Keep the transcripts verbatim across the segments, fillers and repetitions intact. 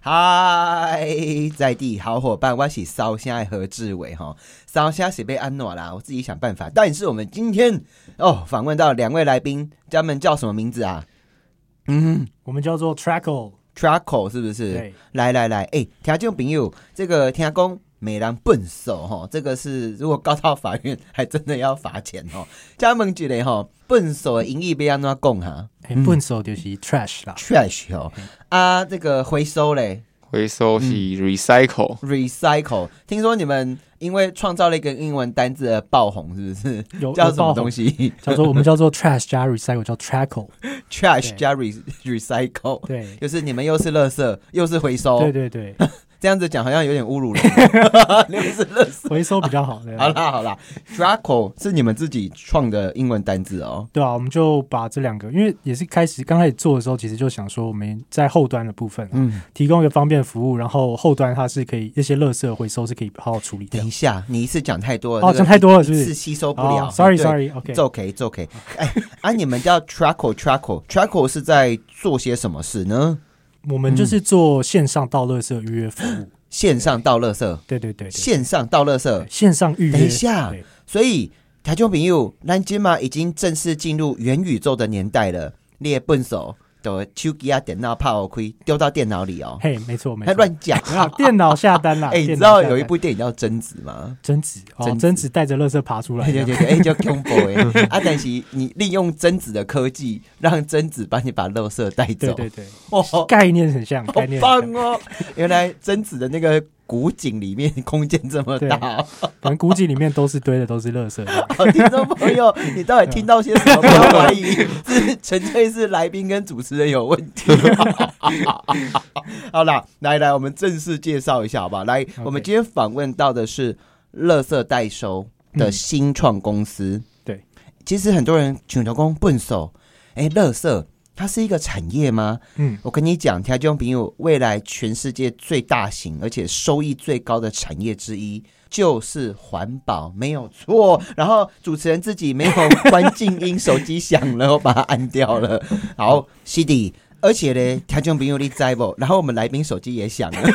嗨，在地好伙伴，我是烧虾何志伟哈。烧虾是被安诺啦，我自己想办法。但是我们今天哦，访问到两位来宾，他们叫什么名字啊？ 嗯，我们叫做 Trackle。Trackle 是不是？ 对， 来来来，哎、欸，听众朋友，这个听讲美人笨手哈，这个是如果告到法院，还真的要罚钱哦。加盟一个哈，笨手的英语要安怎讲哈？ 欸、笨手就是 trash 啦 ，trash 哦。啊，这个回收嘞， 回收是 recycle，recycle、 嗯。recycle 听说你们因为创造了一个英文单字的爆红，是不是？有叫什么东西？ 叫做我们叫做 trash 加 recycle， 叫 trackle。trash 加 recycle， 对， 就是你们又是垃圾又是回收， 对对对。 这样子讲好像有点侮辱人，你们是垃圾， 回收比较好。 好啦好啦 ，Trackle 是你们自己创的英文单字哦。 对啊，我们就把这两个，因为也是开始刚开始做的时候，其实就想说我们在后端的部分、啊，嗯，提供一个方便服务，然后后端它是可以一些垃圾回收是可以好好处理掉。 等一下，你一次讲太多了， 哦，讲太多了是不是？ 是吸收不了。 哦、sorry sorry，OK， it's OK it's OK。哎，啊，你们叫 Trackle Trackle Trackle 是在做些什么事呢？ 我们就是做线上倒垃圾预约服务。 线上倒垃圾， 对对 对, 对， 线上倒垃圾， 线上预约。 等一下，所以听众朋友，咱今嘛已经正式进入元宇宙的年代了。你的笨手就手机啊、电脑泡开，丢到电脑里哦。 嘿，没错没错， 还乱讲啊！电脑下单啦！ 哎、欸，你知道有一部电影叫《贞子》吗？ 贞子，哦，贞子带着垃圾爬出来， 对对对，哎、欸，叫恐怖哎！啊，但是你利用贞子的科技，让贞子帮你把垃圾带走。 对对对，哦，概念很像，概念好棒哦！原来贞子的那个古井里面空间这么大、哦， 可能古井里面都是堆的都是垃圾。 好，听众朋友，你到底听到些什么？不要怀疑，是纯粹是来宾跟主持人有问题。好啦，来来，我们正式介绍一下，好不好？来， okay. 我们今天访问到的是垃圾代收的新创公司。嗯、 对， 其实很多人请头工笨手，哎，垃圾。它是一个产业吗？嗯，我跟你讲，听众朋友，未来全世界最大型而且收益最高的产业之一就是环保，没有错。然后主持人自己没有关静音，手机响了，我把它按掉了。好 ，C D。而且呢，听众朋友你知不？然后我们来宾手机也响了，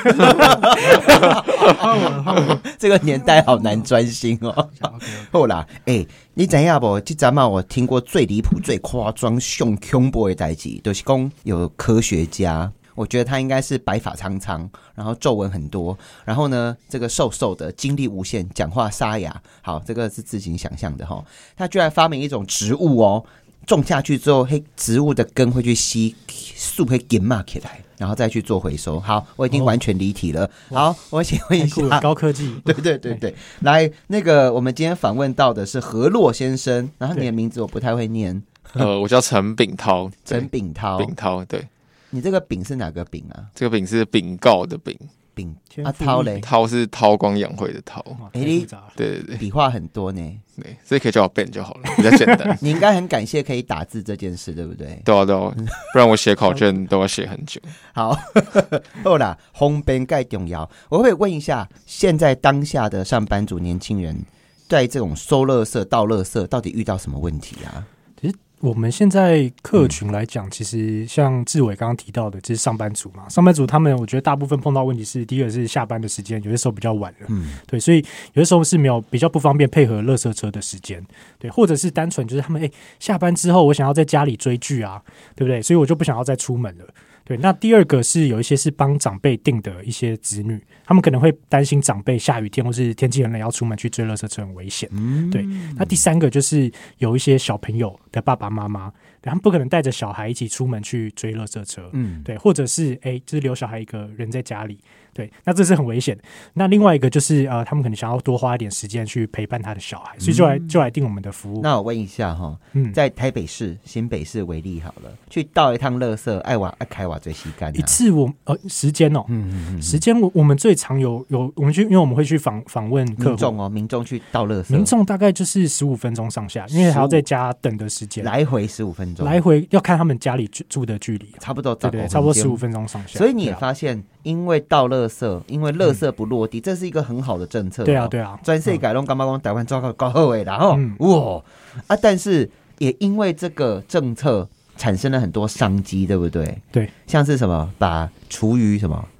这个年代好难专心哦。好啦，哎、欸，你知道不？这阵嘛，我听过最离谱、最夸张、上恐怖的代志，就是讲有科学家，我觉得他应该是白发苍苍，然后皱纹很多，然后呢，这个瘦瘦的，精力无限，讲话沙哑。好，这个是自行想象的哈。他居然发明一种植物哦。种下去之后，嘿，植物的根会去吸树，会紧嘛起来，然后再去做回收。好，我已经完全离题了。哦、好，我请问一下， 高科技， 对对对对，来，那个我们今天访问到的是何洛先生，然后你的名字我不太会念， 呃，我叫陈炳涛， 陈炳涛， 炳涛，对， 你这个炳是哪个炳啊？ 这个炳是禀告的炳。 丙啊，涛嘞， 涛是韬光养晦的韬， 哎、欸， 对对对， 笔画很多呢， 对，所以可以叫我 Ben 就好了，比较简单。 你应该很感谢可以打字这件事，对不对？ 对啊对啊，不然我写考卷都要写很久。 好，好啦，方便更重要。我会问一下，现在当下的上班族年轻人，在这种收垃圾、倒垃圾，到底遇到什么问题啊？ 我们现在客群来讲，其实像志伟刚刚提到的，这是上班族嘛。上班族他们，我觉得大部分碰到问题是，第一个是下班的时间，有些时候比较晚了，嗯，对，所以有些时候是没有比较不方便配合垃圾车的时间，对，或者是单纯就是他们哎、欸、下班之后，我想要在家里追剧啊，对不对？所以我就不想要再出门了。对，那第二个是有一些是帮长辈订的一些子女，他们可能会担心长辈下雨天或是天气很冷要出门去追垃圾车很危险。嗯，对。那第三个就是有一些小朋友的爸爸妈妈，他们不可能带着小孩一起出门去追垃圾车。嗯，对，或者是哎，就是留小孩一个人在家里。对，那这是很危险。那另外一个就是呃，他们可能想要多花一点时间去陪伴他的小孩，所以就来就来订我们的服务。 那我问一下哈，嗯，在台北市、新北市为例好了，去倒一趟垃圾，爱瓦爱开瓦最吸干、啊、 一次我呃时间哦，嗯嗯嗯，时间我我们最常有有我们去，因为我们会去访访问客户民众哦，民众去倒垃圾， 民众大概就是十五分钟上下，因为还要在家等的时间， 来回十五分钟， 来回要看他们家里住的距离， 差不多对对，差不多十五分钟上下。 所以你也发现。因为倒垃圾，因为垃圾不落地，嗯、这是一个很好的政策、哦。 对啊，对啊， 全世界都感觉说台湾做到高好的啦，吼、嗯，哇啊！但是也因为这个政策产生了很多商机，对不对？ 对， 像是什么把厨余什么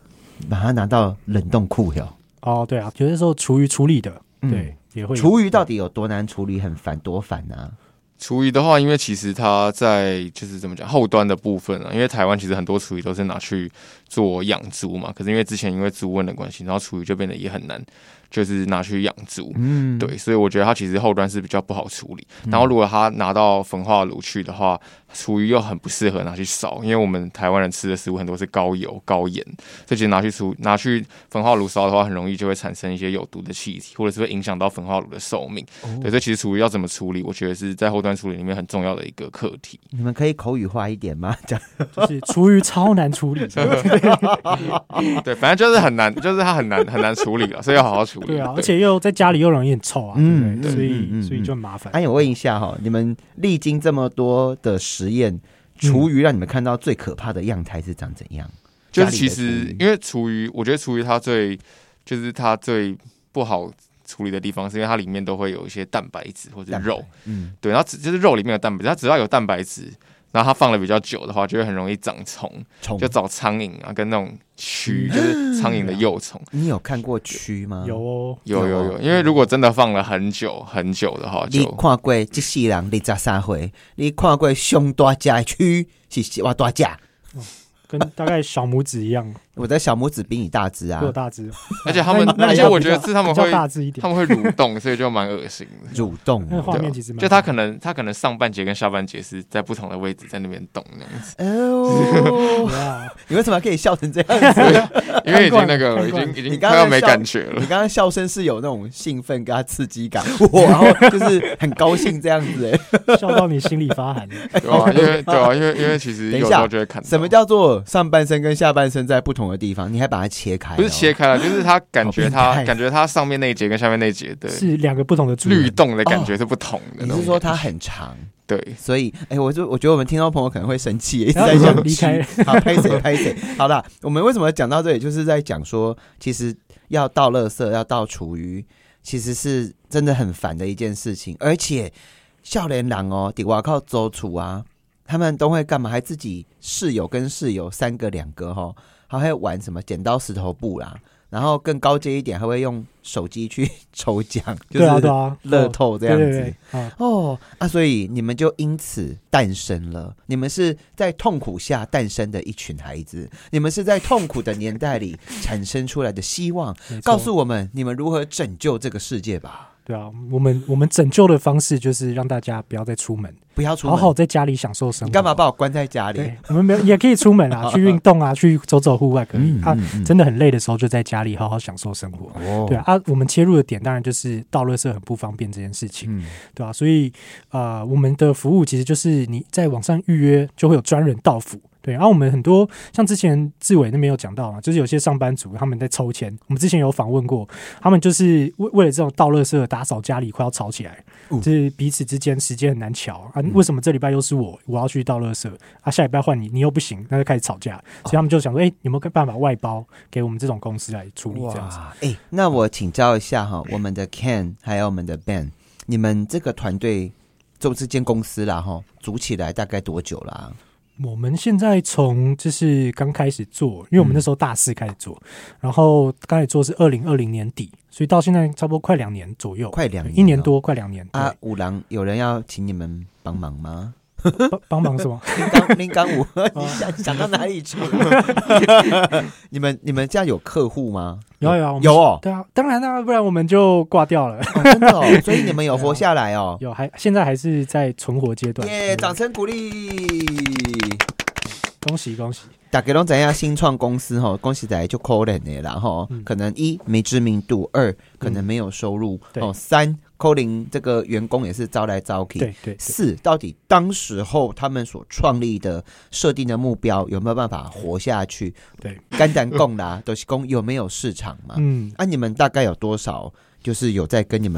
把它拿到冷冻库哟。 哦，对啊，有些时候厨余处理的，对，嗯、也会。 厨余到底有多难处理？很烦，多烦啊！ 厨余的话，因为其实它在就是怎么讲后端的部分啊，因为台湾其实很多厨余都是拿去做养猪嘛，可是因为之前因为猪瘟的关系，然后厨余就变得也很难。就是拿去养猪，嗯，对，所以我觉得它其实后端是比较不好处理。然后如果它拿到焚化炉去的话，厨余又很不适合拿去烧，因为我们台湾人吃的食物很多是高油、高盐，所以其实拿去厨拿去焚化炉烧的话，很容易就会产生一些有毒的气体，或者是会影响到焚化炉的寿命。哦、对，所以其实厨余要怎么处理，我觉得是在后端处理里面很重要的一个课题。 你们可以口语化一点吗？ 就是厨余超难处理， 对，反正就是很难，就是它很难很难处理了，所以要好好处理。 对啊，而且又在家里又容易很臭啊，嗯，对，所以、嗯、所以就很麻烦。 哎、啊，我问一下哈，你们历经这么多的实验，厨余让你们看到最可怕的样态是长怎样？ 就是其实因为厨余，我觉得厨余它最就是它最不好处理的地方，是因为它里面都会有一些蛋白质或者肉，嗯，对，然后就是肉里面有蛋白质，它只要有蛋白质。然后它放了比较久的话，就会很容易长虫，就找苍蝇啊，跟那种蛆，就是苍蝇的幼虫。 你有看过蛆吗？ 有哦， 有有有，因为如果真的放了很久很久的话，就你看过这世人二十三岁，你看过上大只的蛆是偌大只？ 跟大概小拇指一样。 我的小拇指比你大只啊， 比我大只。 而且他们，而且我觉得是他们会大只一点， 他们会蠕动，所以就蛮恶心的。 蠕动， 那画面其实蛮…… 就他可能他可能上半截跟下半截是在不同的位置在那边动那样子。 哦，你为什么可以笑成这样子？ 因为已经那个已经已经快要没感觉了。 你刚刚笑声是有那种兴奋跟他刺激感，然后就是很高兴这样子， 哎，笑到你心里发寒。 对啊，因为对啊，因为因为其实有时候就会看到什么叫做上半身跟下半身在不同的地方，你还把它切开？ 不是切开了，就是他感觉他感觉他上面那一节跟下面那一节的是两个不同的律动的感觉是不同的。 你是说它很长？ 对， 所以哎、欸，我就我觉得我们听到朋友可能会生气，一直在讲离开。 好，拍谁拍谁。好啦，我们为什么讲到这里，就是在讲说，其实要倒垃圾，要倒厨余，其实是真的很烦的一件事情。而且少年人哦，在外口租厝啊，他们都会干嘛？还自己室友跟室友三个两个哈，还会玩什么剪刀石头布啦。然后更高阶一点，还会用手机去抽奖，就是乐透这样子。 对对对啊哦啊，所以你们就因此诞生了。你们是在痛苦下诞生的一群孩子，你们是在痛苦的年代里产生出来的希望。告诉我们，你们如何拯救这个世界吧。 对啊，我们我们拯救的方式就是让大家不要再出门， 不要出门， 好好在家里享受生活。 你干嘛把我关在家里？ 对，我们没有也可以出门啊，去运动啊，去走走户外可以、嗯嗯嗯、啊。真的很累的时候，就在家里好好享受生活。哦、对啊，我们切入的点当然就是倒垃圾很不方便这件事情，嗯、对吧、啊？所以呃，我们的服务其实就是你在网上预约，就会有专人到府。对，然后我们很多像之前志伟那边有讲到嘛，就是有些上班族他们在抽签，我们之前有访问过，他们就是为为了这种倒垃圾打扫家里快要吵起来，嗯、就是彼此之间时间很难瞧啊。为什么这礼拜又是我，我要去倒垃圾啊？下礼拜换你，你又不行，那就开始吵架。所以他们就想说，哎、欸，有没有办法外包给我们这种公司来处理这样子？ 哎、欸，那我请教一下哈，我们的 Ken 还有我们的 Ben， 你们这个团队做这间公司啦哈，组起来大概多久啦？ 我们现在从就是刚开始做，因为我们那时候大四开始做，嗯、然后刚开始做是二零二零年底，所以到现在差不多快两年左右， 快两年、哦， 一年多，快两年。 啊，五郎有人要请你们帮忙吗？ 帮帮忙什么？ 林刚武，你想想到哪里去？你们你们这样有客户吗？ 有有有哦， 对啊，当然啦，不然我们就挂掉了。 哦、真的哦，所以你们有活下来哦。 有，还现在还是在存活阶段。 耶、yeah, 掌声鼓励！ 恭喜恭喜！ 大家都知道新创公司吼，恭喜在就可怜的啦吼，嗯、可能一没知名度，二可能没有收入，嗯、哦，三扣零这个员工也是招来招去， 对 对, 对。 四到底当时候他们所创立的设定的目标有没有办法活下去？ 对，简单讲啦，都是讲有没有市场嘛？嗯，啊，你们大概有多少？就是有在跟你们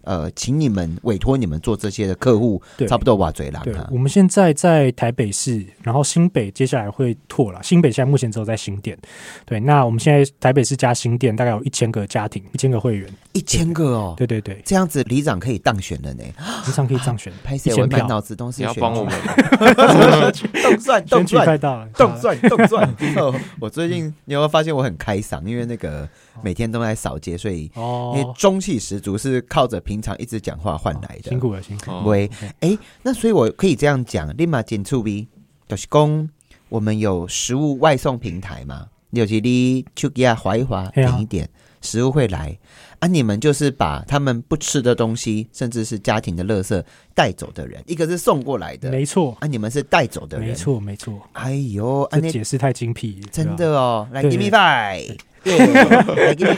呃，请你们委托你们做这些的客户，差不多瓦嘴啦。 对，我们现在在台北市，然后新北接下来会拓啦。新北现在目前只有在新店，对，那我们现在台北市加新店大概有一千个家庭，一千个会员， 一千个哦。 对对对， 这样子里长可以当选了呢。 里长可以当选， 拍摄我满脑子都是你要帮我们动算动算快到了， 动算动算。我最近你有没有发现我很开嗓？因为那个每天都在扫街，所以因为中气十足，是靠着平常一直讲话换来的。 辛苦了，辛苦了。 喂，哎，那所以我可以这样讲，立马减醋逼，就是讲我们有食物外送平台嘛，就是你去给他划一划，点一点，食物会来。啊，你们就是把他们不吃的东西，甚至是家庭的垃圾带走的人，一个是送过来的， 没错。 啊，你们是带走的人， 没错没错。 哎呦， 这解释太精辟， 真的哦。来 ，give me five。对，来 give me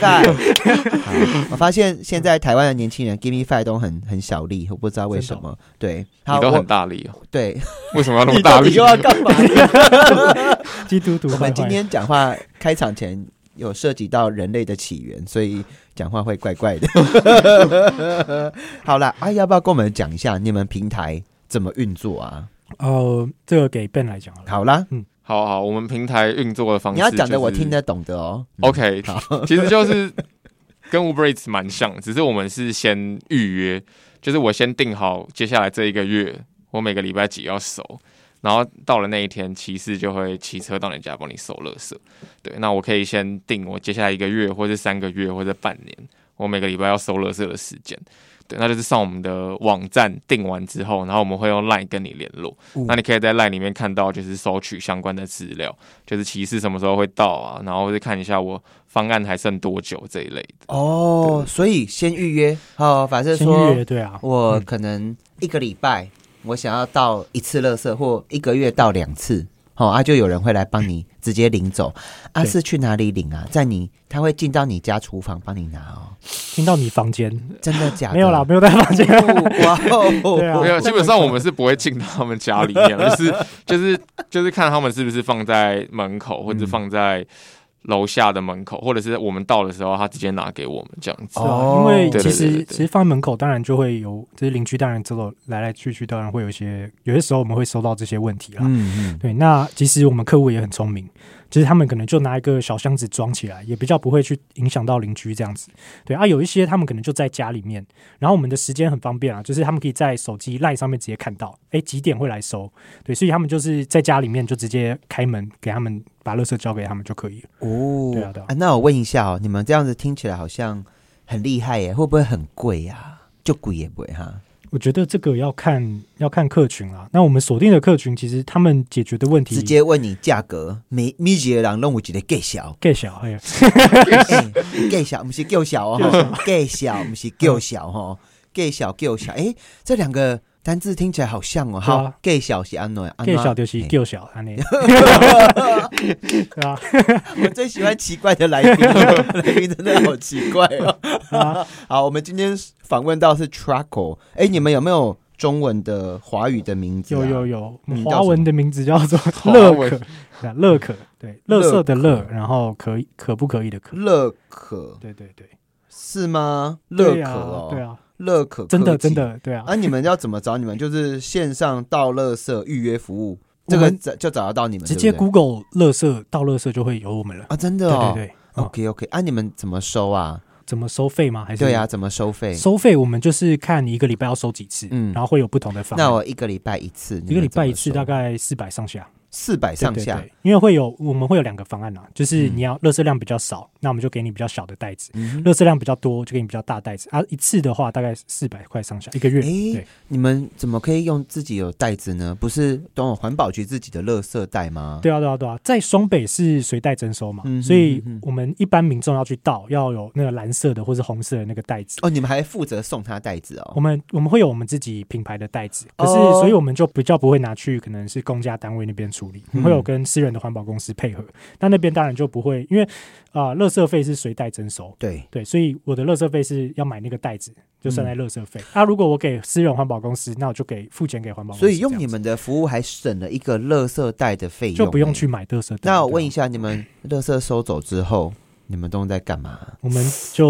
five。我发现现在台湾的年轻人 give me five 都很很小力，我不知道为什么。对， 你都很大力哦。 对， 为什么要那么大力？ 你又要干嘛？ 基督徒。 我们今天讲话开场前有涉及到人类的起源，所以讲话会怪怪的。好啦，啊，要不要跟我们讲一下你们平台怎么运作啊？ 呃，这个给 Ben 来讲好了。 好啦， 嗯。好好，我们平台运作的方式、就是， 你要讲的我听得懂的哦。 OK，、嗯、其实就是跟 Uber Eats 蛮像，只是我们是先预约，就是我先定好接下来这一个月我每个礼拜几要收，然后到了那一天，骑士就会骑车到你家帮你收垃圾。对，那我可以先定我接下来一个月，或是三个月，或者半年，我每个礼拜要收垃圾的时间。对，那就是上我们的网站订完之后，然后我们会用 LINE 跟你联络、嗯。那你可以在 LINE 里面看到，就是收取相关的资料，就是骑士什么时候会到啊，然后再看一下我方案还剩多久这一类的。 哦，所以先预约哦，反正说先预约，对啊， 我可能一个礼拜我想要倒一次垃圾，或一个月倒两次。哦啊，就有人会来帮你直接领走啊，是去哪里领啊？在你他会进到你家厨房帮你拿哦， 进到你房间？ 真的假的？ 没有啦，没有在房间。 哇哦， 对啊， 没有，基本上我们是不会进到他们家里面，就是就是就是看他们是不是放在门口，或者放在楼下的门口，或者是我们到的时候，他直接拿给我们这样子。 哦，因为其实其实放在门口，当然就会有，就是邻居当然走走来来去去，当然会有一些，有些时候我们会收到这些问题啦。嗯嗯，对。那其实我们客户也很聪明，就是他们可能就拿一个小箱子装起来，也比较不会去影响到邻居这样子。对啊，有一些他们可能就在家里面，然后我们的时间很方便啊，就是他们可以在手机 LINE 上面直接看到，哎，几点会来收。对，所以他们就是在家里面就直接开门给他们。把垃圾交给他们就可以了。 哦， 对啊，对啊。 啊那我问一下哦，你们这样子听起来好像很厉害耶，会不会很贵呀、啊？就贵也不会哈。 我觉得这个要看要看客群啦。那我们锁定的客群，其实他们解决的问题， 直接问你价格，每每一个人拢有一个价小， 价小，哎呀， 价小不是价小哦，价小不是价小哈，价小价小，哎，这两个。单字听起来好像哦，好，价小是安怎？ 价小就是价小，安尼。对啊， 我最喜欢奇怪的来宾，来宾真的好奇怪哦。啊、好，我们今天访问到是 Truckle， 哎，你们有没有中文的华语的名字、啊？ 有有有，华文的名字叫做乐可，乐可，对，垃圾的乐，然后可以可不可以的可， 乐可， 对对对， 是吗？乐可哦， 对啊。 乐可真的真的对啊， 啊！你们要怎么找你们？就是线上倒垃圾预约服务，这个就找得到你们。 直接 Google 垃圾倒垃圾就会有我们了啊！真的哦， 对对对。 OK OK， 啊，你们怎么收啊？ 怎么收费吗？还是对啊，怎么收费？ 收费我们就是看你一个礼拜要收几次，嗯，然后会有不同的方案。 那我一个礼拜一次， 一个礼拜一次大概四百上下。 四百上下， 对对对，因为会有我们会有两个方案啊，就是你要垃圾量比较少，那我们就给你比较小的袋子； 嗯、 垃圾量比较多，就给你比较大袋子。啊，一次的话大概四百块上下，一个月。 哎，你们怎么可以用自己有袋子呢？不是都有环保局自己的垃圾袋吗？ 对啊，对啊，对啊，在双北是随袋征收嘛，嗯、所以我们一般民众要去倒，要有那个蓝色的或是红色的那个袋子。 哦，你们还负责送他袋子哦？ 我们我们会有我们自己品牌的袋子，可是、哦、所以我们就比较不会拿去可能是公家单位那边处理，我们会有跟私人的环保公司配合，那那边当然就不会，因为啊，垃圾费是随袋征收， 对对，所以我的垃圾费是要买那个袋子，就算在垃圾费。那、嗯啊、如果我给私人环保公司，那我就给付钱给环保公司， 所以用你们的服务还省了一个垃圾袋的费用， 就不用去买垃圾袋。 那我问一下，你们垃圾收走之后，你们都在干嘛？ 我们就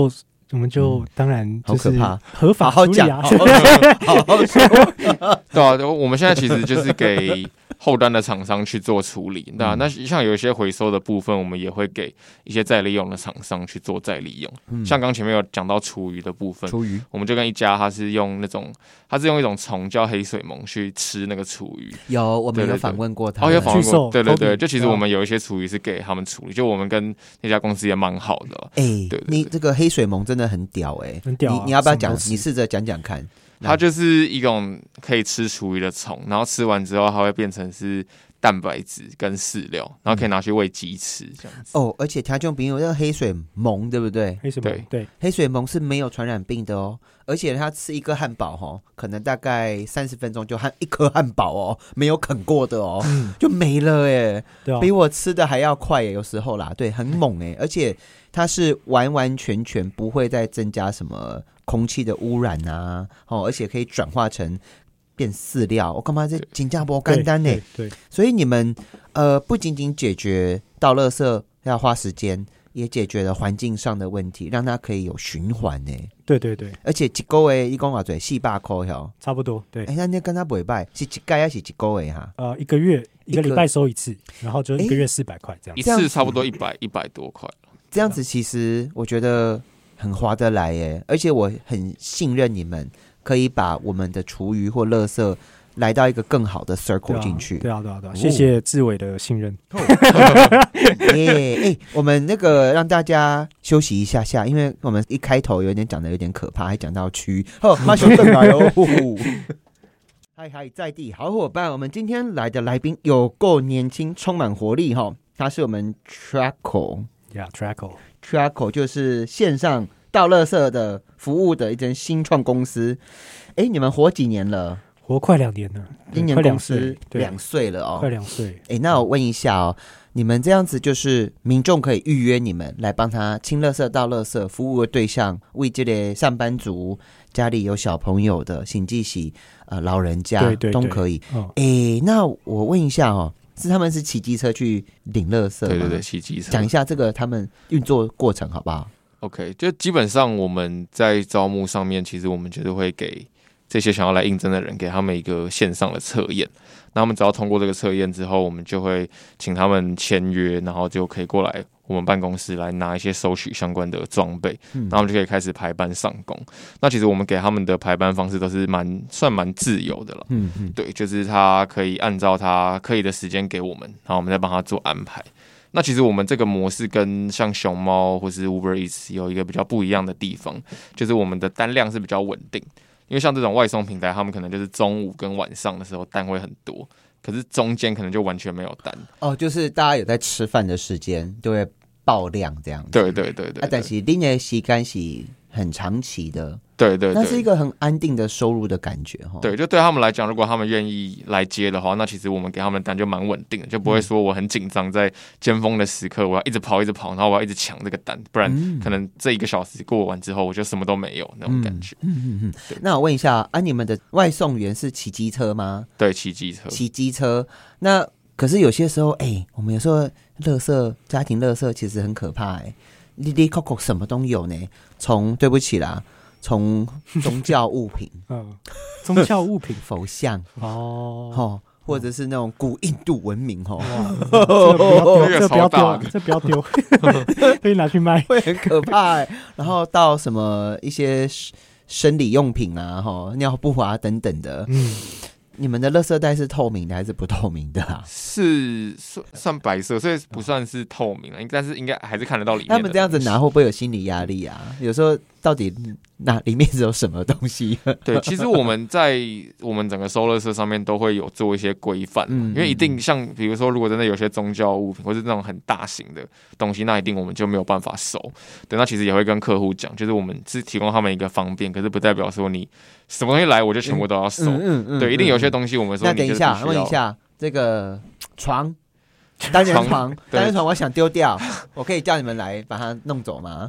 我们就当然就是合法处理啊， 好好好说。 对啊，我们现在其实就是给后端的厂商去做处理。那、嗯、那像有一些回收的部分，我们也会给一些再利用的厂商去做再利用。嗯、像刚前面有讲到厨余的部分， 厨余我们就跟一家，他是用那种，他是用一种虫叫黑水虻去吃那个厨余。 有，我们有访问过他， 哦，有访问过，对对对，就其实我们有一些厨余是给他们处理，就我们跟那家公司也蛮好的。 哎、欸，对，你这个黑水虻真的很屌哎、欸， 很屌、啊， 你你要不要讲？你试着讲讲看。 它就是一种可以吃厨余的虫，然后吃完之后它会变成是蛋白质跟饲料，然后可以拿去喂鸡吃这样子。 哦，而且它就比如那个黑水虻，对不对？ 黑水虻，对， 黑水虻是没有传染病的哦，而且它吃一个汉堡哦，可能大概三十分钟就汉一颗汉堡哦，没有啃过的哦，嗯、就没了耶， 对啊， 比我吃的还要快耶，有时候啦，对，很猛哎，而且它是完完全全不会再增加什么空气的污染啊，哦，而且可以转化成变饲料，我干嘛这新加坡干单呢？ 对， 所以你们呃不仅仅解决倒垃圾要花时间，也解决了环境上的问题，让它可以有循环呢。 对对对， 而且一个月一共多少？四百块哟， 差不多。对， 哎、欸，那你跟他不拜是一盖还是一个月哈？ 呃，一个月一个礼拜收一次，然后就一个月四百块这样。 一次差不多一百一百多块。 这样子其实我觉得很划得来耶，而且我很信任你们可以把我们的厨余或垃圾来到一个更好的 circle 进去。 对啊，对啊，对啊，谢谢志伟的信任。 耶，哎，我们那个让大家休息一下下，因为我们一开头有点讲的有点可怕，还讲到区，好，马上回来哦。嗨嗨，在地好伙伴，我们今天来的来宾有够年轻，充满活力哈，他是我们 Trackle。Yeah, Trackle Trackle 就是线上倒垃圾的服务的一间新创公司。哎，你们活几年了？ 活快两年了， 今年公司两岁了哦， 快两岁。 哎，那我问一下哦，你们这样子就是民众可以预约你们来帮他清垃圾、倒垃圾，服务的对象为这类上班族、家里有小朋友的、行记喜呃老人家对对对都可以。哎、哦，那我问一下哦。是他们是骑机车去领垃圾吗？ 对对对，骑机车。 讲一下这个他们运作过程好不好 ？OK， 就基本上我们在招募上面，其实我们就是会给这些想要来应征的人，给他们一个线上的测验。那他们只要通过这个测验之后，我们就会请他们签约，然后就可以过来我们办公室来拿一些收取相关的装备，嗯、然后我们就可以开始排班上工。那其实我们给他们的排班方式都是蛮算蛮自由的了，嗯嗯，对，就是他可以按照他可以的时间给我们，然后我们再帮他做安排。那其实我们这个模式跟像熊猫或是 Uber Eats 有一个比较不一样的地方，就是我们的单量是比较稳定。因为像这种外送平台，他们可能就是中午跟晚上的时候单会很多，可是中间可能就完全没有单。 哦，就是大家有在吃饭的时间就会爆量这样子。 对对对 对, 對、啊。 但是你的时间是很长期的。 对对对， 那是一个很安定的收入的感觉哈。 对，就对他们来讲，如果他们愿意来接的话，那其实我们给他们的单就蛮稳定的，就不会说我很紧张，在尖峰的时刻我要一直跑一直跑，然后我要一直抢这个单，不然可能这一个小时过完之后，我就什么都没有那种感觉。 嗯嗯嗯。那我问一下啊，你们的外送员是骑机车吗？ 对，骑机车。 骑机车。那可是有些时候，哎、欸，我们有时候垃圾家庭垃圾其实很可怕哎、欸，哩哩扣扣什么都有呢。从对不起啦。从宗教物品， 嗯，宗教物品， 佛像哦， 哦，或者是那种古印度文明哦， 这不要丢，这不要丢，可以拿去卖， 会很可怕。然后到什么一些生理用品啊，哈，尿布啊等等的，嗯。你们的垃圾袋是透明的还是不透明的啊？ 是算算白色，所以不算是透明了，但是应该还是看得到里面。 他们这样子拿会不会有心理压力啊？有时候到底那里面是有什么东西？ 对，其实我们在我们整个收垃圾上面都会有做一些规范，嗯，因为一定像比如说，如果真的有些宗教物品或是那种很大型的东西，那一定我们就没有办法收。对，那其实也会跟客户讲，就是我们是提供他们一个方便，可是不代表说你什么东西来我就全部都要收。嗯嗯嗯，对，一定有些东西我们说你就是必须要。 那等一下，问一下这个床。单人床，单人床，我想丢掉，我可以叫你们来把它弄走吗？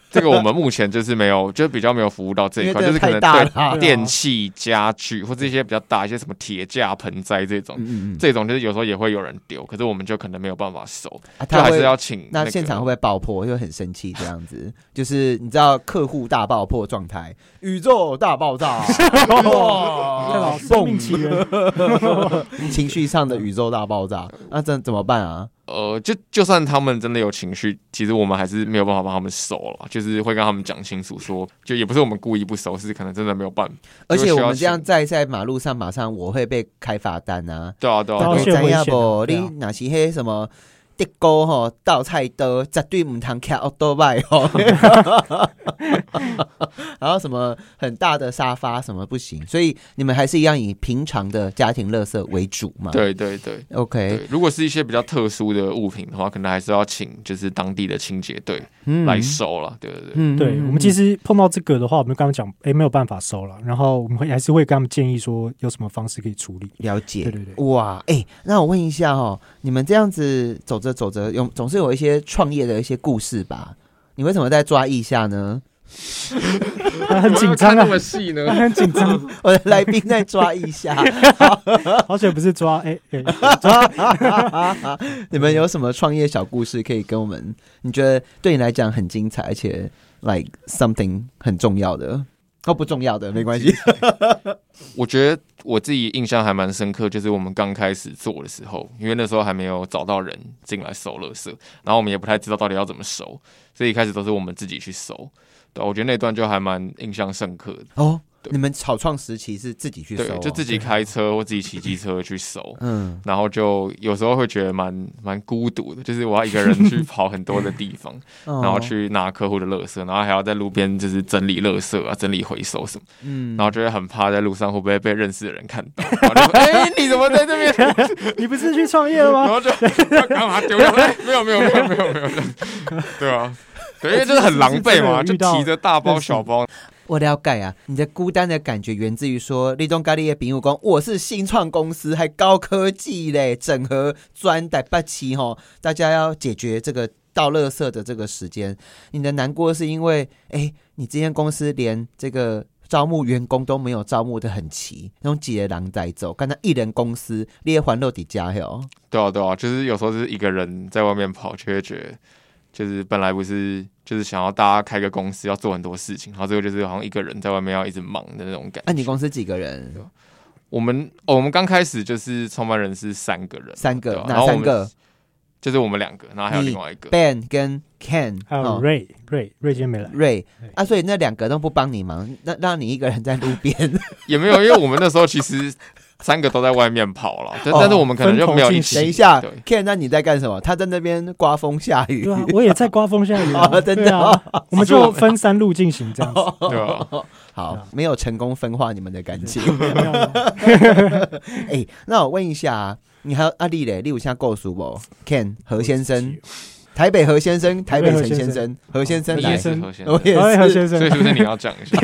这个我们目前就是没有，就比较没有服务到这一块，就是可能对电器、家具或者一些比较大一些什么铁架、盆栽这种，嗯嗯这种就是有时候也会有人丢，可是我们就可能没有办法收，啊、就还是要请、 那個。那现场会不会爆破？会很生气这样子？就是你知道客户大爆破状态，宇宙大爆炸， 哇，生命起源， 情绪上的宇宙大爆炸，那这怎么办啊？ 呃，就就算他们真的有情绪，其实我们还是没有办法帮他们收了，就是会跟他们讲清楚说，就也不是我们故意不收，是可能真的没有办法。 而且我们这样在在马路上，马上我会被开罚单啊！ 对啊，对啊， 你知道不？你哪是迄什么？德哥吼倒菜刀绝对唔通骑奥多拜吼，然后什么很大的沙发什么不行，所以你们还是一样以平常的家庭垃圾为主嘛？ 对对对 ，OK 对。如果是一些比较特殊的物品的话，可能还是要请就是当地的清洁队来收了，嗯、对对对。 嗯，对我们其实碰到这个的话，我们跟他们讲，哎，没有办法收了，然后我们会还是会跟他们建议说有什么方式可以处理。 了解， 对对对。 哇，哎，那我问一下哦，你们这样子走着走着，有总是有一些创业的一些故事吧？你为什么在抓腋下呢？ 他很紧张啊， 那么细呢？ 他很紧张。 我的来宾在抓腋下， 好久不是抓，哎、欸、哎、欸， 抓。你们有什么创业小故事可以跟我们？你觉得对你来讲很精彩，而且 like something 很重要的？哦，不重要的没关系。 我觉得我自己印象还蛮深刻，就是我们刚开始做的时候，因为那时候还没有找到人进来收垃圾，然后我们也不太知道到底要怎么收，所以一开始都是我们自己去收。对，我觉得那段就还蛮印象深刻的。 哦，你们草创时期是自己去收、哦， 对，就自己开车或自己骑机车去收，嗯，然后就有时候会觉得蛮蛮孤独的，就是我要一个人去跑很多的地方，然后去拿客户的垃圾，然后还要在路边就是整理垃圾啊、整理回收什么，嗯，然后就会很怕在路上会不会被认识的人看到，然后就说：“哎、欸，你怎么在这边？ 你不是去创业了吗？” 然后就要干嘛丢掉？没有没有没有没有没有，对啊，对，因为就是很狼狈嘛，就提着大包小包。 我了解啊，你的孤单的感觉源自于说，你都跟你的朋友说我是新创公司，还高科技嘞，整合专台北市吼，大家要解决这个倒垃圾的这个时间。你的难过是因为，哎，你这间公司连这个招募员工都没有招募的很齐，那种几个人在走，干那一人公司，你也还落底家哟。 对啊，对啊，就是有时候是一个人在外面跑，就会觉得。就是本来不是就是想要大家开个公司要做很多事情，然后这个就是好像一个人在外面要一直忙的那种感觉。 那、啊、你公司几个人？ 我们、哦、我们刚开始就是创办人是三个人， 三个哪三个？ 就是我们两个，然后还有另外一个 Ben 跟 Ken， 还有 Ray， Ray Ray 今天没来。 Ray 啊，所以那两个都不帮你忙，那让你一个人在路边也没有，因为我们那时候其实。三个都在外面跑了，但、哦、但是我们可能就没有一起。 等一下 ，Ken， 那你在干什么？他在那边刮风下雨。 对啊，我也在刮风下雨、啊哦。真的、哦啊，我们就分三路进行这样子。 对啊， 好，啊、没有成功分化你们的感情。哎、欸，那我问一下，你还有阿丽嘞？你有现在够熟不 ？Ken 何先生。台北何先生，台北陈先生，何先生来， 你也是何先生， 我也是何先生， 所以是不是你要讲一下？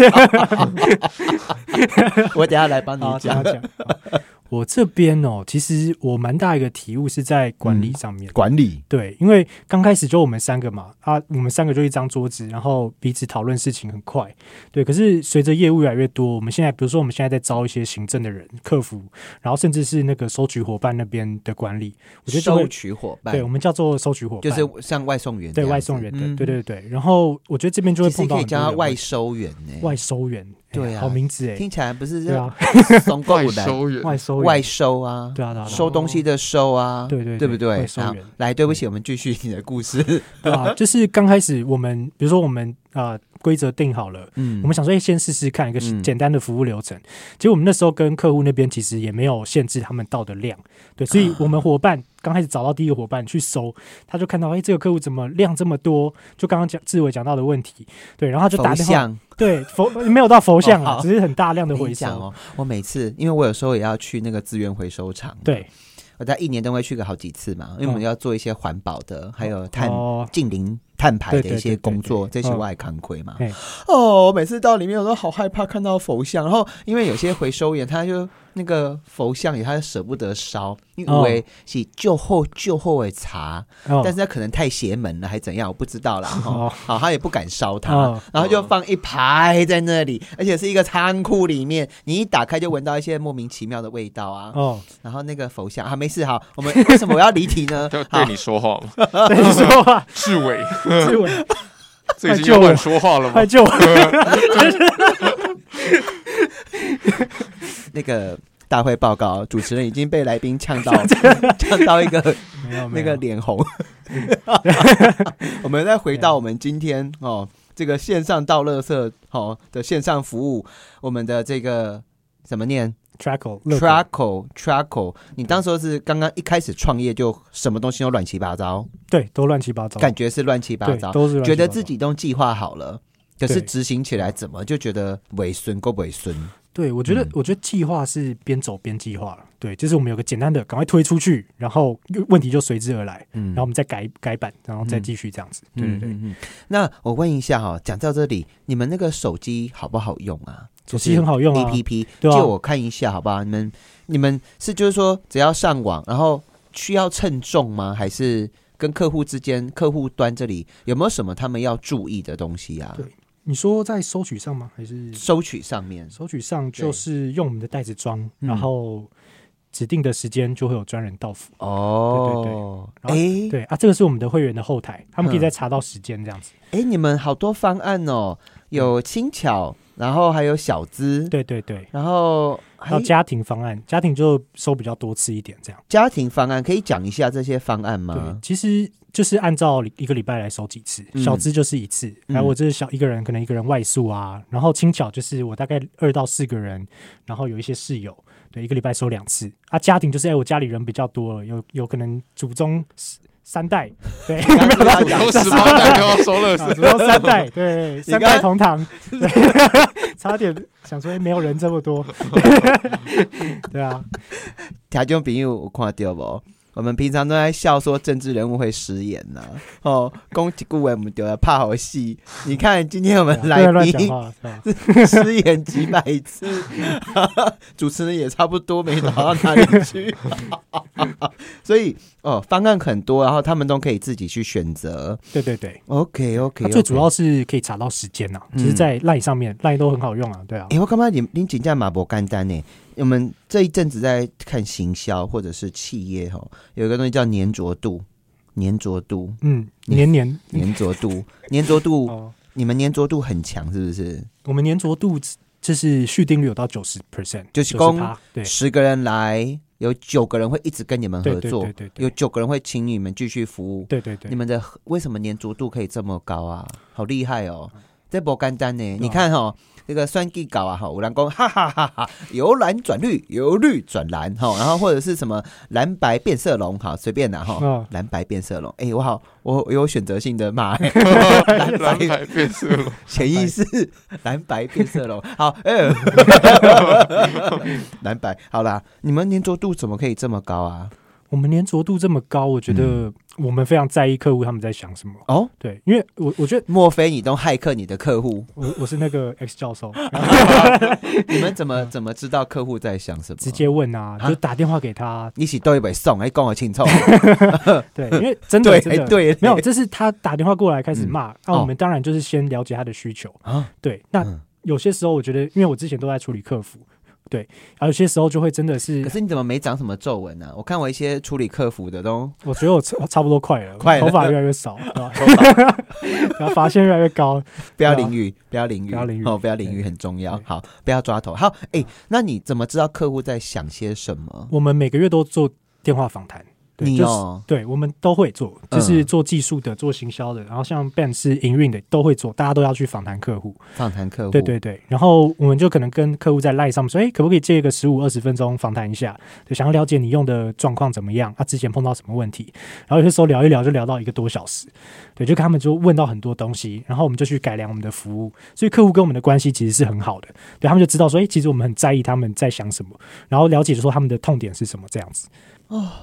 我等一下来帮你讲。 我这边哦，其实我蛮大一个体悟是在管理上面、嗯。 管理对，因为刚开始就我们三个嘛，啊，我们三个就一张桌子，然后彼此讨论事情很快。对，可是随着业务越来越多，我们现在比如说我们现在在招一些行政的人、客服，然后甚至是那个收取伙伴那边的管理，我觉得收取伙伴， 对，我们叫做收取伙伴， 就是像外送员， 对外送员的，嗯、对对对。然后我觉得这边就会碰到很多人， 其实可以叫他外收员呢、欸， 外收员。 对啊， 好名字哎， 听起来不是对啊， 松够外收员， 外收外收啊， 对啊，对啊， 收东西的收啊， 对对对不对？ 外收员， 来，对不起，我们继续你的故事， 对啊，就是刚开始我们，比如说我们啊规则定好了，嗯，我们想说先试试看一个简单的服务流程，嗯、结果我们那时候跟客户那边其实也没有限制他们到的量，对，所以我们伙伴。刚开始找到第一个伙伴去收，他就看到哎、欸，这个客户怎么量这么多？就刚刚讲志伟讲到的问题，对，然后他就打电话，对，佛没有到佛像啊，哦、只是很大量的回收。 哦，我每次因为我有时候也要去那个资源回收厂， 对， 我在一年都会去个好几次嘛，因为我们要做一些环保的，还有碳净零碳排的一些工作， 对对对对对这些我也扛亏嘛。 嗯、 哦，我每次到里面我都好害怕看到佛像，然后因为有些回收员他就那个佛像也他舍不得烧，因为是旧后旧后的茶、哦，但是他可能太邪门了还怎样，我不知道啦。哦，好，他也不敢烧它、哦，然后就放一排在那里，而且是一个仓库里面，你一打开就闻到一些莫名其妙的味道啊。哦，然后那个佛像啊，没事，好，我们为什么我要离题呢？ 就对你说话嘛， 对你说话， 志伟， 志伟， 这已经要乱说话了吗？ 快救我！ 那个大会报告，主持人已经被来宾呛到，呛到一个那个脸红。我们再回到我们今天哦，这个线上倒垃圾哦的线上服务，我们的这个怎么念 ？Trackle Trackle Trackle， 你当时是刚刚一开始创业就什么东西都乱七八糟， 对，都乱七八糟， 感觉是乱七八糟， 都是乱七八糟， 觉得自己都计划好了，可是执行起来怎么就觉得尾孙够尾孙？ 对，我觉得，嗯、我觉得计划是边走边计划了。对，就是我们有个简单的，赶快推出去，然后问题就随之而来，嗯，然后我们再改改版，然后再继续这样子。嗯、对对对、嗯嗯。 那我问一下哈，讲到这里，你们那个手机好不好用啊？ 手机很好用啊 ，A P P， 借、啊、我看一下好不好？你们你们是就是说只要上网，然后需要称重吗？还是跟客户之间，客户端这里有没有什么他们要注意的东西啊？ 对。你说在收取上吗？还是收取上面？ 收取上就是用我们的袋子装，然后指定的时间就会有专人到府。 哦， 对对对，然后对啊，这个是我们的会员的后台，他们可以再查到时间这样子。 哎、嗯，你们好多方案哦，有轻巧，然后还有小资， 对对对， 然后还有家庭方案，家庭就收比较多次一点这样。 家庭方案可以讲一下这些方案吗？ 对，其实。就是按照一个礼拜来收几次，小资就是一次，然后我这是小一个人，可能一个人外宿啊，然后轻巧就是我大概二到四个人，然后有一些室友，对，一个礼拜收两次啊。家庭就是哎、欸，我家里人比较多了，有有可能祖宗三代，对， 祖宗十八代就要收垃圾， 祖宗三代，对，三代同堂，差点想说、欸、没有人这么多，对啊， 听众朋友有看到不？我们平常都在笑说政治人物会失言呐、啊，哦，讲一句话我们就要怕好戏。你看今天我们来宾失言几百次，主持人也差不多没跑到哪里去，所以哦方案很多，然后他们都可以自己去选择。 对对对 ，OK OK，, okay 最主要是可以查到时间呐、啊，其实在 LINE 上面 LINE 都很好用啊，对啊。 哎、欸，我感觉你你真的嘛不简单呢。我们这一阵子在看行销或者是企业哈，有一个东西叫粘着度，粘着度， 嗯，黏黏粘着度，粘着度，哦、你们粘着度很强是不是？ 我们粘着度就是续订率有到九十 percent， 就是公十个人来，有九个人会一直跟你们合作， 对对对对对， 有九个人会请你们继续服务， 对对对。 你们的为什么粘着度可以这么高啊？好厉害哦！这不简单呢，你看哈。这个算计搞啊，有人说哈哈哈哈，由蓝转绿，由绿转蓝哈，然后或者是什么蓝白变色龙，好随便啦哈，哦、蓝白变色龙，哎、欸，我好，我有选择性的骂、欸， 蓝, 蓝白变色龙， 潜意识蓝白变色龙，好，哎、欸，蓝白，好啦，你们粘着度怎么可以这么高啊？ 我们粘着度这么高，我觉得我们非常在意客户他们在想什么。哦，对，因为我我觉得， 莫非你都骇客你的客户？ 我我是那个 X 教授。 你们怎么怎么知道客户在想什么？ 直接问啊，就打电话给他。 你是对不送，还跟我清楚。 对，因为真的对真的对， 没有，这是他打电话过来开始骂，那、嗯啊、我们当然就是先了解他的需求啊。对，那、嗯、有些时候我觉得，因为我之前都在处理客服。对，然后有些时候就会真的是， 可是你怎么没长什么皱纹呢、啊？我看我一些处理客服的都， 我觉得我差不多快了， 快了， 头发越来越少，然后发线越来越高。 不要淋雨，不要淋雨， 不要淋雨， 哦，不要淋雨很重要。好，不要抓头。好，哎、欸，那你怎么知道客户在想些什么？ 我们每个月都做电话访谈。 你哦， 就是、对，我们都会做，就是做技术的、嗯、做行销的，然后像 Ben 是营运的，都会做，大家都要去访谈客户， 访谈客户， 对对对，然后我们就可能跟客户在 LINE 上面说，哎，可不可以借个十五二十分钟访谈一下，就想要了解你用的状况怎么样，他、啊、之前碰到什么问题，然后有些时候聊一聊就聊到一个多小时，对，就跟他们就问到很多东西，然后我们就去改良我们的服务，所以客户跟我们的关系其实是很好的，对，他们就知道说，哎，其实我们很在意他们在想什么，然后了解说他们的痛点是什么，这样子。 哦。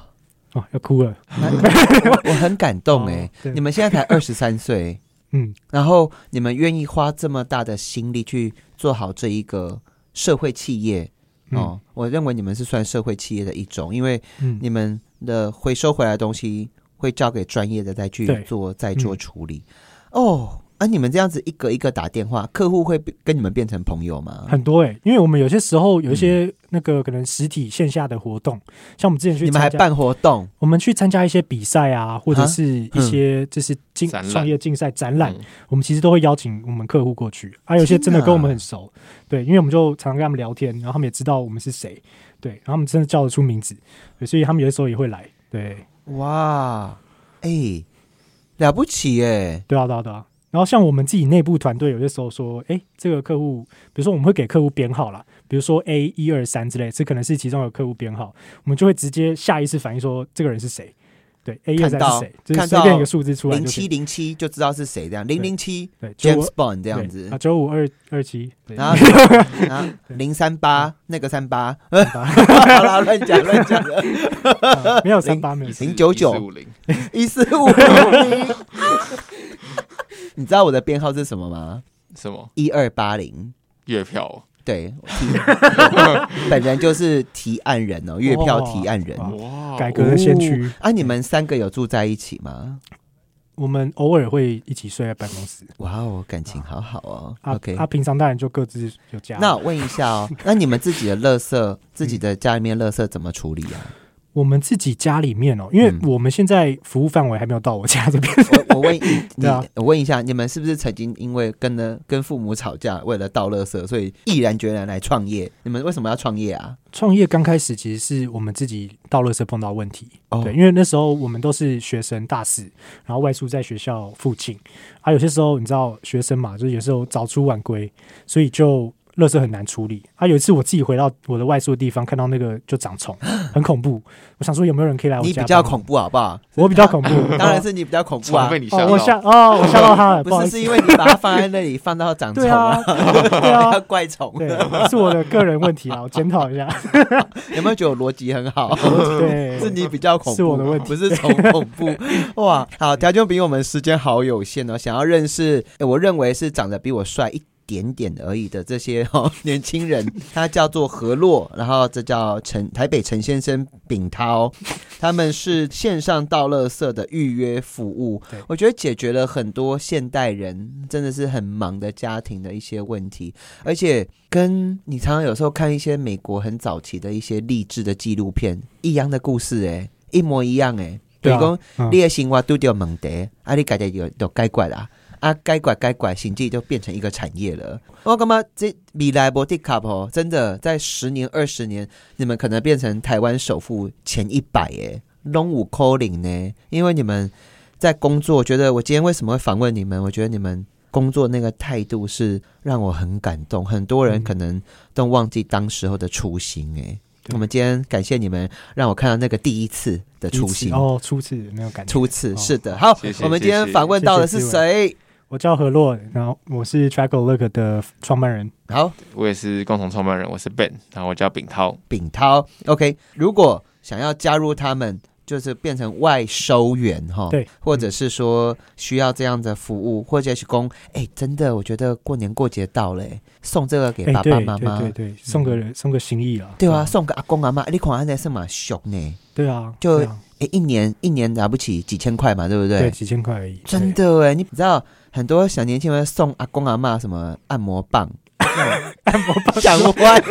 哦，要哭了。 我, 我很感动哎、欸哦，你们现在才二十三岁， 嗯， 然后你们愿意花这么大的心力去做好这一个社会企业哦、嗯，我认为你们是算社会企业的一种，因为你们的回收回来的东西会交给专业的再去做再做处理、嗯、哦。啊，你们这样子一个一个打电话，客户会跟你们变成朋友吗？ 很多哎、欸，因为我们有些时候有一些那个可能实体线下的活动，嗯、像我们之前去， 你们还办活动， 我们去参加一些比赛啊，或者是一些就是竞创业竞赛展览、嗯，我们其实都会邀请我们客户过去。啊，有些真的跟我们很熟，对，因为我们就常常跟他们聊天，然后他们也知道我们是谁，对，然后他们真的叫得出名字，对，所以他们有的时候也会来，对， 哇，哎、欸，了不起耶、欸， 对啊，对啊，对啊。然后像我们自己内部团队有些时候说，哎，这个客户，比如说我们会给客户编号啦，比如说 A 一二三之类，这可能是其中有客户编号，我们就会直接下意识反应说这个人是谁。对 ，A 一二三是谁？就是随便一个数字出来， 零七零七就知道是谁，这样零零七 James Bond 这样子啊，九五二二七， 然后然后零三八那个三八，好啦，乱讲乱讲， 没有三八，没有零九九一四五零。你知道我的编号是什么吗？ 什么？ 一二八零月票。 对，本人就是提案人哦，月票提案人， 哇，改革的先驱、哦。 啊，你们三个有住在一起吗？ 我们偶尔会一起睡在办公室。 哇哦，感情好好哦。 啊、 OK， 啊，平常当然就各自有家。 那我问一下哦，那你们自己的垃圾，自己的家里面垃圾怎么处理啊？ 我们自己家里面哦，因为我们现在服务范围还没有到我家这边。 我, 我问你、啊，我问一下，你们是不是曾经因为跟呢跟父母吵架，为了倒垃圾，所以毅然决然来创业？你们为什么要创业啊？ 创业刚开始其实是我们自己倒垃圾碰到问题，哦、对，因为那时候我们都是学生大四，然后外宿在学校附近，啊，有些时候你知道学生嘛，就是有时候早出晚归，所以就垃圾很难处理啊！有一次我自己回到我的外宿的地方，看到那个就长虫，很恐怖。我想说有没有人可以来我家？ 你比较恐怖好不好？ 我比较恐怖， 当然是你比较恐怖啊！ 被你吓到， 哦，我吓哦，我吓到他了。 不是，是因为你把它放在那里，放到长虫啊，对啊， 怪虫。 对，是我的个人问题啊，我检讨一下。 有没有觉得我逻辑很好？ 对， 是你比较恐怖， 是我的问题， 不是虫恐怖。哇，好，条件比我们时间好有限哦，想要认识，我认为是长得比我帅一点点而已的这些、哦、年轻人，他叫做何洛，然后这叫陈台北陈先生秉涛，他们是线上倒垃圾的预约服务，我觉得解决了很多现代人真的是很忙的家庭的一些问题，而且跟你常常有时候看一些美国很早期的一些励志的纪录片一样的故事，哎，一模一样，哎，比如说、嗯、你的生活遇到问题，啊，你自己就就解决啦。啊，该拐该拐，甚至就变成一个产业了。我干嘛这未来不 T 卡哦，真的在十年、二十年，你们可能变成台湾首富前一百耶，拢有可能呢。因为你们在工作，我觉得我今天为什么会访问你们？我觉得你们工作那个态度是让我很感动。很多人可能都忘记当时候的初心哎。我们今天感谢你们，让我看到那个第一次的初心哦，初次没有感觉， 初次、哦、是的。好， 谢谢， 我们今天访问到的是谁？ 我叫何洛，然后我是 Trackolook 的创办人。 好， 我也是共同创办人，我是 Ben， 然后我叫秉涛。 秉涛 ，OK。如果想要加入他们，就是变成外收员哈， 对， 或者是说需要这样的服务，或者是公，哎，真的，我觉得过年过节到了，送这个给爸爸妈妈， 对对对，送个人、嗯、送个心意啊， 对啊，送个阿公阿妈，你看那是嘛俗呢？ 对啊， 就对啊哎，一年一年了不起几千块嘛，对不对？ 对，几千块而已。 真的哎，你知道很多小年轻人送阿公阿嬷什么按摩棒， 按摩棒想歪。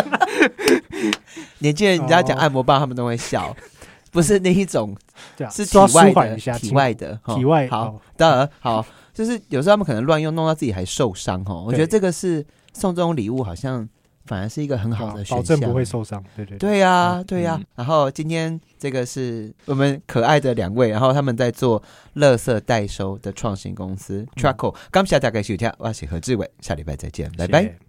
年轻人你知道讲按摩棒，他们都会笑，不是那一种，是体外的，体外的， 体外。 好，当然好，就是有时候他们可能乱用，弄到自己还受伤哦。我觉得这个是送这种礼物，好像反而是一个很好的选项， 保证不会受伤。对对对呀，对呀。然后今天这个是我们可爱的两位，然后他们在做垃圾代收的创新公司 Trackolook。感谢大家收听，我是何志伟，下礼拜再见，拜拜。